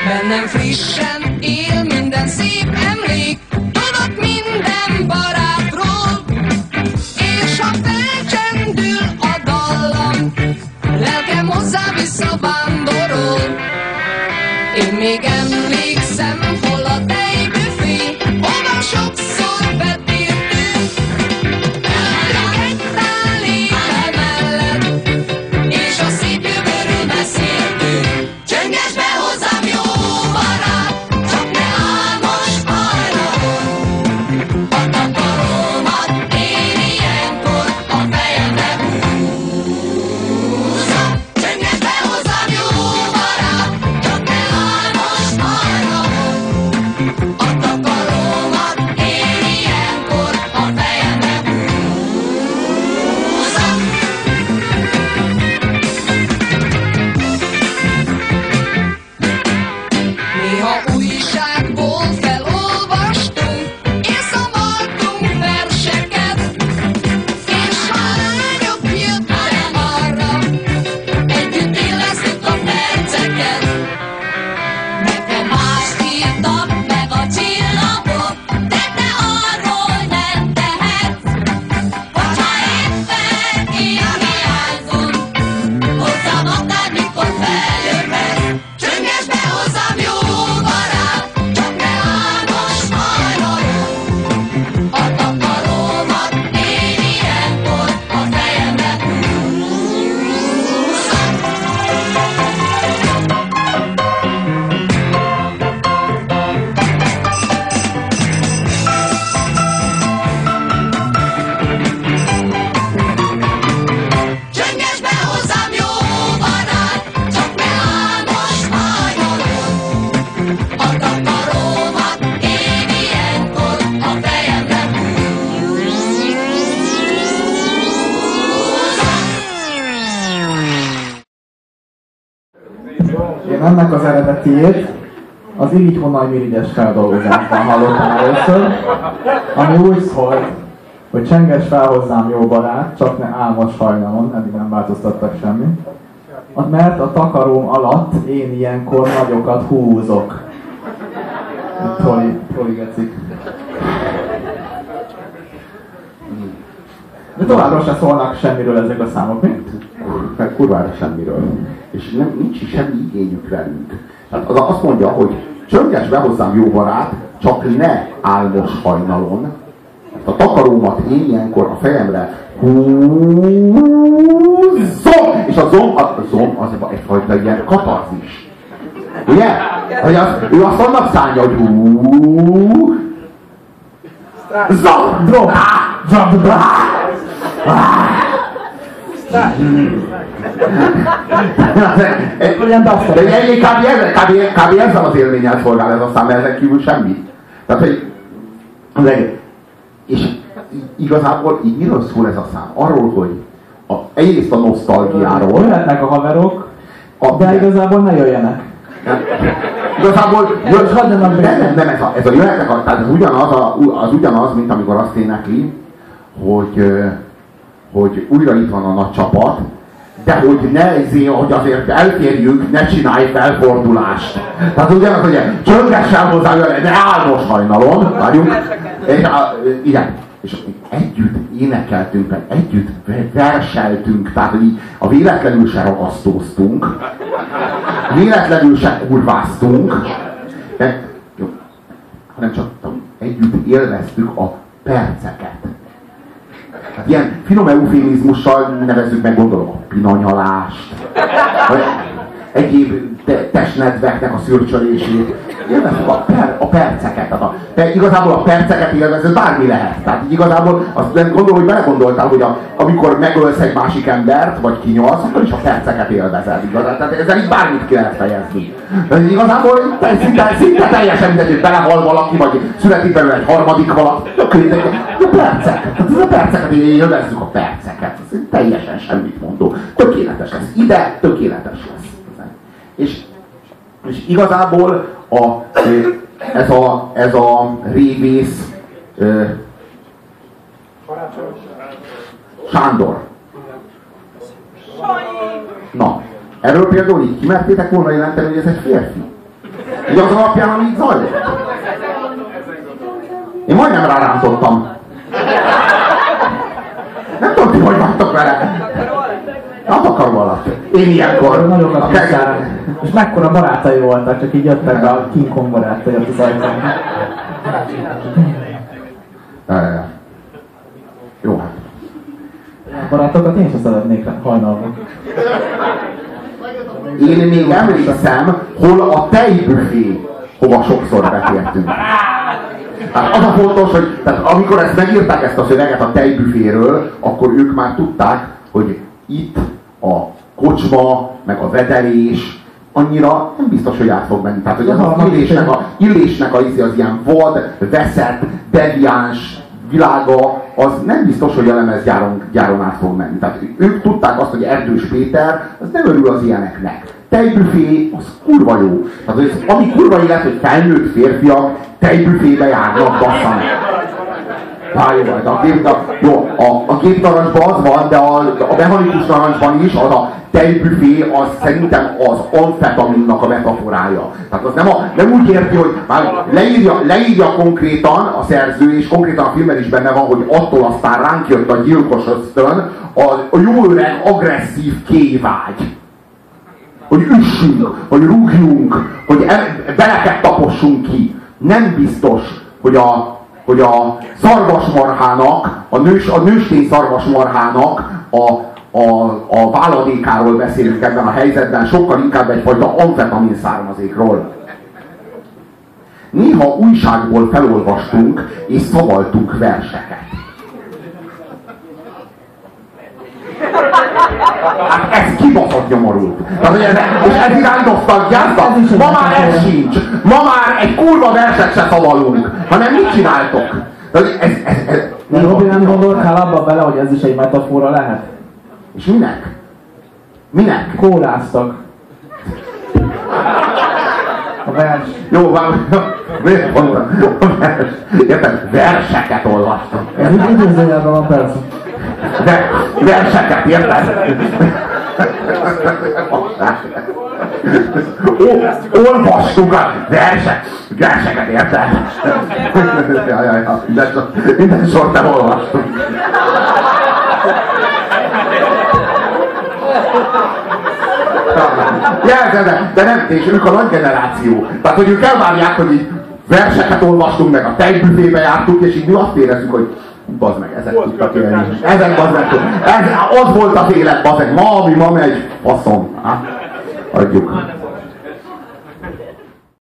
Bennem frissen él minden szép emlék, tudok minden barátról, és ha felcsendül a dallam, lelkem hozzá visszavándorol. Én még emlékszem, hol a tejbüfé, hova sokszor betértünk, ültünk egy tál étel mellett, és a szép jövőről beszéltünk. Csönges be hozzám, jó barát, csak ne álmos hajnalon, a takarómat én ilyenkor a fejemre húzom. Csönges be hozzám, jó barát, csak ne álmos hajnalon, a takarómat én ilyenkor a fejemre húzom. Néha újságból felolvastunk, és szavaltunk verseket, és ha lányok jöttek arra, együtt élveztük a perceket. Nekem más írtak meg a csillagok, de te arról nem tehetsz, hogy ha éppen én hiányzom, hozzám akármikor feljöhetsz. Csönges be hozzám, jó barát, csak ne álmos hajnalon, a takarómat én ilyenkor a fejemre húzom. Csönges be hozzám, jó barát, csak ne álmos hajnalon, a takarómat én ilyenkor a fejemre húzom. Én ennek az eredetiét az irigy-honaj-mirigyes feldolgozásban hallottam először, ami úgy szólt, hogy csenges fel hozzám, jó barát, csak ne álmos hajnalon, eddig nem változtattak semmi. Mert a takaróm alatt én ilyenkor nagyokat húzok. Troli gecik. De továbbra se szólnak semmiről ezek a számok, mi? Kurvára semmiről. És nincs is semmi igényük velünk. Tehát az azt mondja, hogy csönges be hozzám, jó barát, csak ne álmos hajnalon. A takarómat én ilyenkor a fejemre húzom! És a zom az egyfajta ilyen katarzis. Ugye? Hogy ő azt annak szánja, hogy kb. Ezzel az élménnyel szolgál ez a szám, ezen kívül semmi. Tehát, hogy és igazából így miről szól ez a szám? Arról, hogy egyrészt a nosztalgiáról. Jöhetnek a haverok, de igazából ne jöjjenek. Igazából nem ez a jöhetnek, tehát az ugyanaz, mint amikor azt énekli, hogy újra itt van a nagy csapat, de hogy hogy azért elférjünk, ne csinálj felfordulást. Tehát ugyanaz, hogy csöngessel hozzá, ne álmos hajnalon, vagyunk. Igen. És együtt énekeltünk, meg együtt verseltünk, tehát hogy így a véletlenül se ragasztóztunk, véletlenül se kurváztunk, hanem csak együtt élveztük a perceket. Hát ilyen finom eufémizmussal nevezzük meg, gondolom, a pinanyalást, vagy egyéb testnedveknek a szürcsölését. Élvezzük a perceket. Te igazából a perceket élvező bármi lehet. Tehát igazából azt gondolom, hogy belegondoltál, hogy amikor megölsz egy másik embert, vagy kinyalsz, akkor is a perceket élvezed. Igazán? Tehát ezzel így bármit ki lehet fejezni. De igazából szinte teljesen mindegy, hogy belehal valaki, vagy születik belőle egy harmadik valaki. A percek. Tehát ez a perceket, élvezzük a perceket. Ez teljesen semmit mondó. Tökéletes lesz. Ide tökéletes lesz. És igazából ez a révész Sándor. Na, erről például így kimertétek volna jelenteni, hogy ez egy férfi? Ugye az alapján, ami így zajlott. Én majdnem rárántottam. Nem tudom, ti hogy vagytok vele. A takaró alatt. Én ilyenkor. Nagyokat tisztál. És mekkora barátai voltak, csak így jöttek be a King Kong barátai az ajtón. Jó, hát. Barátokat én sem szeretnék hajnalban. Én még emlékszem, hol a tejbüfé, hova sokszor betértünk. Hát az a fontos, hogy tehát amikor ezt megírták ezt a szöveget a tejbüféről, akkor ők már tudták, hogy itt a kocsma, meg a vedelés annyira nem biztos, hogy át fog menni. Tehát, hogy az illésnek az ilyen vad, veszett, deviáns világa, az nem biztos, hogy a lemezgyáron át fog menni. Tehát ők tudták azt, hogy Erdős Péter az nem örül az ilyeneknek. Tejbüfé, az kurva jó. Tehát, hogy ami kurva élet, hogy felnőtt férfiak tejbüfébe járnak, bassza meg. A gépnarancsban az van, de a mechanikus narancsban is az a tejbüfé, az szerintem az amfetaminnak a metaforája. Tehát az nem úgy érti, hogy már leírja konkrétan a szerző, és konkrétan a filmben is benne van, hogy attól aztán ránk jött a gyilkos ösztön, a jó öreg agresszív kévágy. Hogy üssünk, hogy rúgjunk, hogy beleket tapossunk ki. Nem biztos, hogy a szarvasmarhának, a nőstény szarvasmarhának a váladékáról beszélünk ebben a helyzetben, sokkal inkább egyfajta amfetamin származékról. Néha újságból felolvastunk és szavaltunk verseket. Hát ez kibaszott nyomorult. És ez irány nosztalgiáztak. Ma már ez sincs. Ma már egy kurva verset se szavalunk. Hanem mit csináltok? De Robi, nem gondoltál abba bele, hogy ez is egy metafora lehet? És minek? Minek? Kóráztak. A vers. Jó, miért mondtam? A vers. Érted? Verseket olvastam. Ez úgy időzőjelben van persze. Verseket, érted? Olvastuk a verseket, érted? Minden sort nem olvastuk. De nem, és ők a nagy generáció. Tehát, hogy ők elvárják, hogy így verseket olvastunk, meg a tejbüfébe jártunk, és így mi azt érezzük, hogy bazd meg, ezek tudtak élni. Ezek bazd meg, az volt az élet, bazd meg, ma megy, faszom. Adjuk.